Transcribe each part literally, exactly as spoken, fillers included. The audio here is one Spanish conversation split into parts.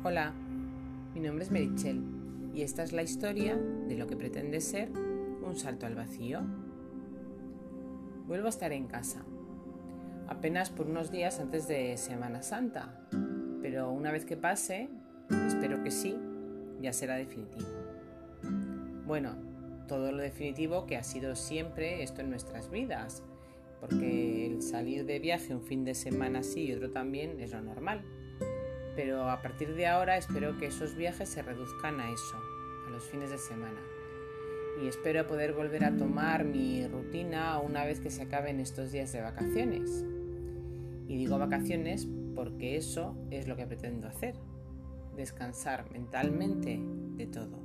Hola, mi nombre es Meritxell y esta es la historia de lo que pretende ser un salto al vacío. Vuelvo a estar en casa, apenas por unos días antes de Semana Santa, pero una vez que pase, espero que sí, ya será definitivo. Bueno, todo lo definitivo que ha sido siempre esto en nuestras vidas, porque el salir de viaje un fin de semana sí y otro también es lo normal. Pero a partir de ahora espero que esos viajes se reduzcan a eso, a los fines de semana. Y espero poder volver a tomar mi rutina una vez que se acaben estos días de vacaciones. Y digo vacaciones porque eso es lo que pretendo hacer, descansar mentalmente de todo.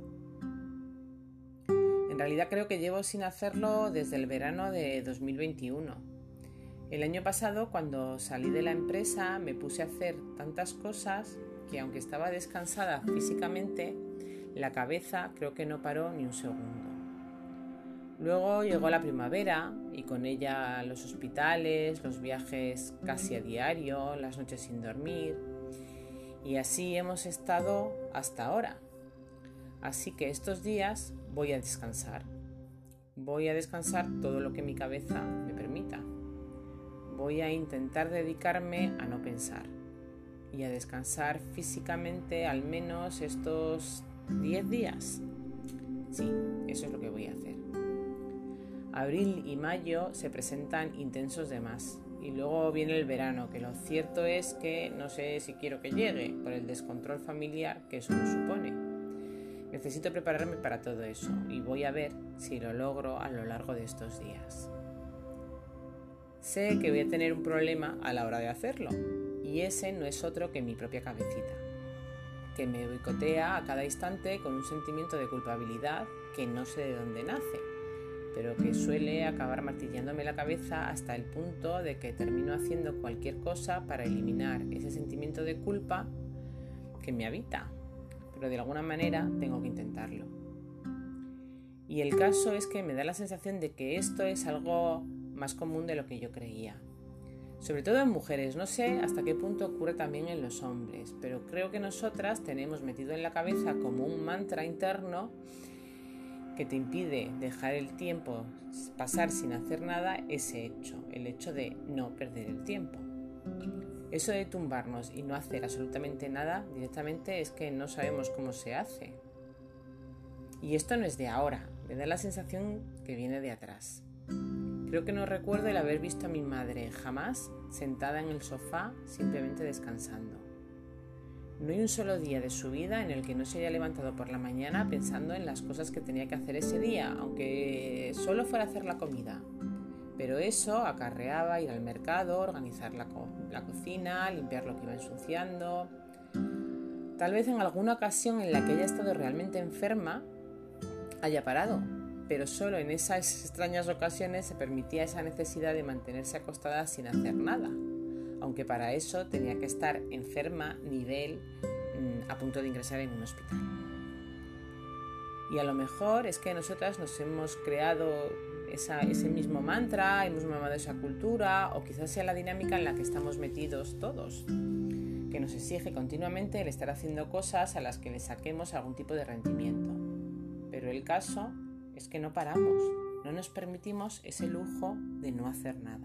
En realidad creo que llevo sin hacerlo desde el verano de dos mil veintiuno. El año pasado, cuando salí de la empresa, me puse a hacer tantas cosas que, aunque estaba descansada físicamente, la cabeza creo que no paró ni un segundo. Luego llegó la primavera y con ella los hospitales, los viajes casi a diario, las noches sin dormir, y así hemos estado hasta ahora. Así que estos días voy a descansar. Voy a descansar todo lo que mi cabeza me permita. Voy a intentar dedicarme a no pensar y a descansar físicamente al menos estos diez días. Sí, eso es lo que voy a hacer. Abril y mayo se presentan intensos de más y luego viene el verano, que lo cierto es que no sé si quiero que llegue por el descontrol familiar que eso nos supone. Necesito prepararme para todo eso y voy a ver si lo logro a lo largo de estos días. Sé que voy a tener un problema a la hora de hacerlo, y ese no es otro que mi propia cabecita, que me boicotea a cada instante con un sentimiento de culpabilidad que no sé de dónde nace, pero que suele acabar martillándome la cabeza hasta el punto de que termino haciendo cualquier cosa para eliminar ese sentimiento de culpa que me habita, pero de alguna manera tengo que intentarlo. Y el caso es que me da la sensación de que esto es algo más común de lo que yo creía. Sobre todo en mujeres, no sé hasta qué punto ocurre también en los hombres, pero creo que nosotras tenemos metido en la cabeza como un mantra interno que te impide dejar el tiempo pasar sin hacer nada ese hecho, el hecho de no perder el tiempo. Eso de tumbarnos y no hacer absolutamente nada directamente es que no sabemos cómo se hace. Y esto no es de ahora, me da la sensación que viene de atrás. Creo que no recuerdo el haber visto a mi madre jamás sentada en el sofá simplemente descansando. No hay un solo día de su vida en el que no se haya levantado por la mañana pensando en las cosas que tenía que hacer ese día, aunque solo fuera a hacer la comida. Pero eso acarreaba ir al mercado, organizar la, co- la cocina, limpiar lo que iba ensuciando. Tal vez en alguna ocasión en la que haya estado realmente enferma haya parado, pero solo en esas extrañas ocasiones se permitía esa necesidad de mantenerse acostada sin hacer nada, aunque para eso tenía que estar enferma, nivel, mmm, a punto de ingresar en un hospital. Y a lo mejor es que nosotras nos hemos creado esa, ese mismo mantra, hemos mamado esa cultura, o quizás sea la dinámica en la que estamos metidos todos, que nos exige continuamente el estar haciendo cosas a las que le saquemos algún tipo de rendimiento. Pero el caso es que no paramos, no nos permitimos ese lujo de no hacer nada.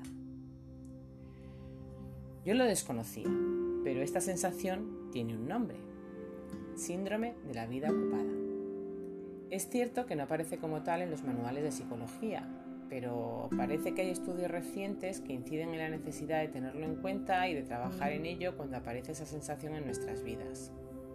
Yo lo desconocía, pero esta sensación tiene un nombre: síndrome de la vida ocupada. Es cierto que no aparece como tal en los manuales de psicología, pero parece que hay estudios recientes que inciden en la necesidad de tenerlo en cuenta y de trabajar en ello cuando aparece esa sensación en nuestras vidas.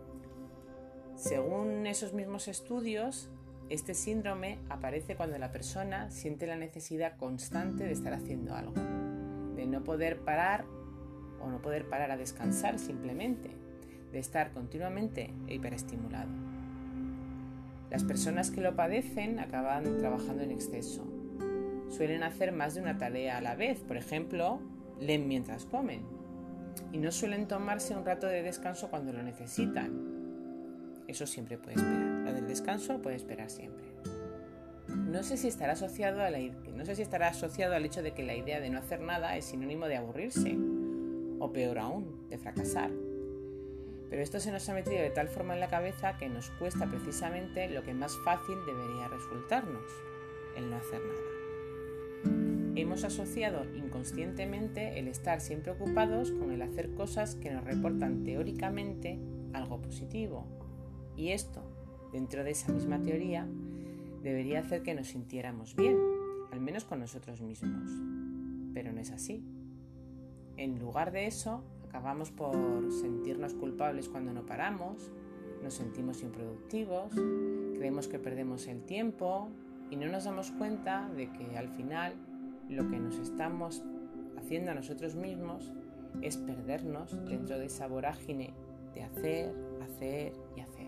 Según esos mismos estudios, este síndrome aparece cuando la persona siente la necesidad constante de estar haciendo algo, de no poder parar o no poder parar a descansar simplemente, de estar continuamente hiperestimulado. Las personas que lo padecen acaban trabajando en exceso. Suelen hacer más de una tarea a la vez, por ejemplo, leen mientras comen, y no suelen tomarse un rato de descanso cuando lo necesitan. Eso siempre puede esperar. Lo del descanso puede esperar siempre. No sé si estará asociado a la, no sé si estará asociado al hecho de que la idea de no hacer nada es sinónimo de aburrirse, o peor aún, de fracasar. Pero esto se nos ha metido de tal forma en la cabeza que nos cuesta precisamente lo que más fácil debería resultarnos, el no hacer nada. Hemos asociado inconscientemente el estar siempre ocupados con el hacer cosas que nos reportan teóricamente algo positivo. Y esto, dentro de esa misma teoría, debería hacer que nos sintiéramos bien, al menos con nosotros mismos. Pero no es así. En lugar de eso, acabamos por sentirnos culpables cuando no paramos, nos sentimos improductivos, creemos que perdemos el tiempo y no nos damos cuenta de que al final lo que nos estamos haciendo a nosotros mismos es perdernos dentro de esa vorágine de hacer, hacer y hacer.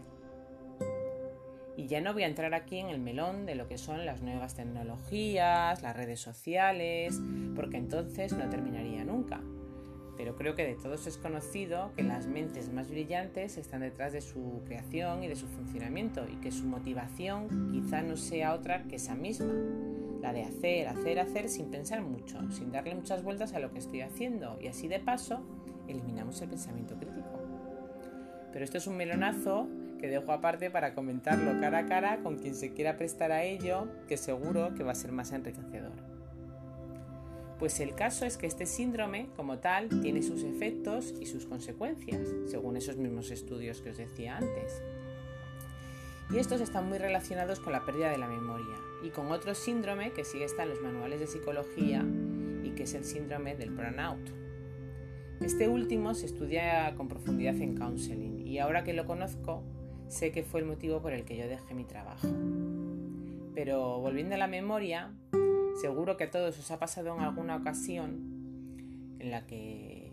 Y ya no voy a entrar aquí en el melón de lo que son las nuevas tecnologías, las redes sociales, porque entonces no terminaría nunca. Pero creo que de todos es conocido que las mentes más brillantes están detrás de su creación y de su funcionamiento y que su motivación quizá no sea otra que esa misma, la de hacer, hacer, hacer sin pensar mucho, sin darle muchas vueltas a lo que estoy haciendo y así de paso eliminamos el pensamiento crítico. Pero esto es un melonazo que dejo aparte para comentarlo cara a cara con quien se quiera prestar a ello, que seguro que va a ser más enriquecedor. Pues el caso es que este síndrome, como tal, tiene sus efectos y sus consecuencias, según esos mismos estudios que os decía antes. Y estos están muy relacionados con la pérdida de la memoria y con otro síndrome que sí está en los manuales de psicología y que es el síndrome del burnout. Este último se estudia con profundidad en counseling y ahora que lo conozco, sé que fue el motivo por el que yo dejé mi trabajo. Pero volviendo a la memoria, seguro que a todos os ha pasado en alguna ocasión en la que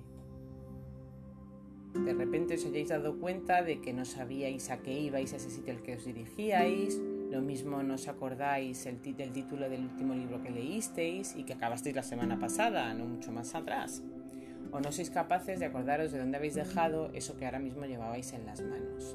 de repente os hayáis dado cuenta de que no sabíais a qué ibais a ese sitio al que os dirigíais, lo mismo no os acordáis el t- del título del último libro que leísteis y que acabasteis la semana pasada, no mucho más atrás, o no sois capaces de acordaros de dónde habéis dejado eso que ahora mismo llevabais en las manos.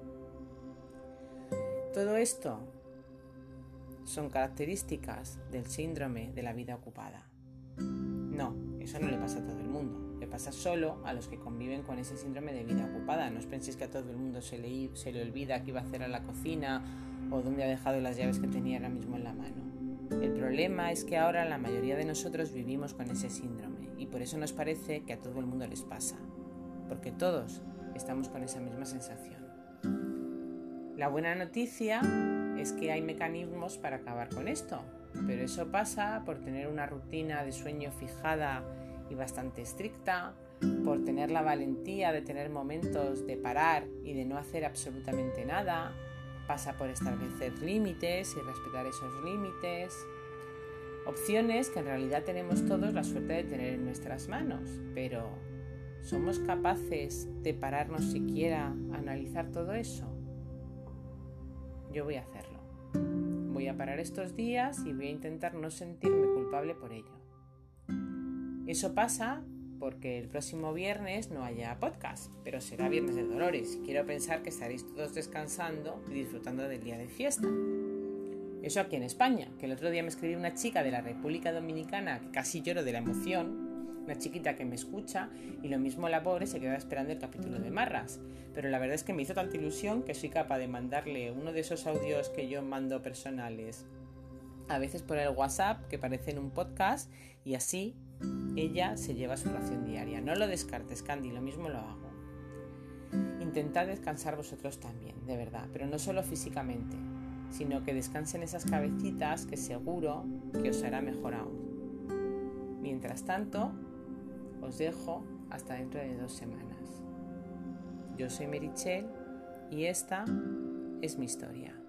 Todo esto son características del síndrome de la vida ocupada. No, eso no le pasa a todo el mundo. Le pasa solo a los que conviven con ese síndrome de vida ocupada. No os penséis que a todo el mundo se le, se le olvida qué iba a hacer a la cocina o dónde ha dejado las llaves que tenía ahora mismo en la mano. El problema es que ahora la mayoría de nosotros vivimos con ese síndrome y por eso nos parece que a todo el mundo les pasa. Porque todos estamos con esa misma sensación. La buena noticia es que hay mecanismos para acabar con esto, pero eso pasa por tener una rutina de sueño fijada y bastante estricta, por tener la valentía de tener momentos de parar y de no hacer absolutamente nada, pasa por establecer límites y respetar esos límites. Opciones que en realidad tenemos todos la suerte de tener en nuestras manos, pero ¿somos capaces de pararnos siquiera a analizar todo eso? Yo voy a hacerlo. Voy a parar estos días y voy a intentar no sentirme culpable por ello. Eso pasa porque el próximo viernes no haya podcast, pero será Viernes de Dolores y quiero pensar que estaréis todos descansando y disfrutando del día de fiesta. Eso aquí en España, que el otro día me escribió una chica de la República Dominicana que casi lloro de la emoción, una chiquita que me escucha y lo mismo la pobre se quedaba esperando el capítulo de Marras, pero la verdad es que me hizo tanta ilusión que soy capaz de mandarle uno de esos audios que yo mando personales a veces por el WhatsApp que parecen un podcast y así ella se lleva su ración diaria. No lo descartes, Candy, lo mismo lo hago. Intentad descansar vosotros también, de verdad, pero no solo físicamente, sino que descansen esas cabecitas que seguro que os hará mejor aún. Mientras tanto, os dejo hasta dentro de dos semanas. Yo soy Meritxell y esta es mi historia.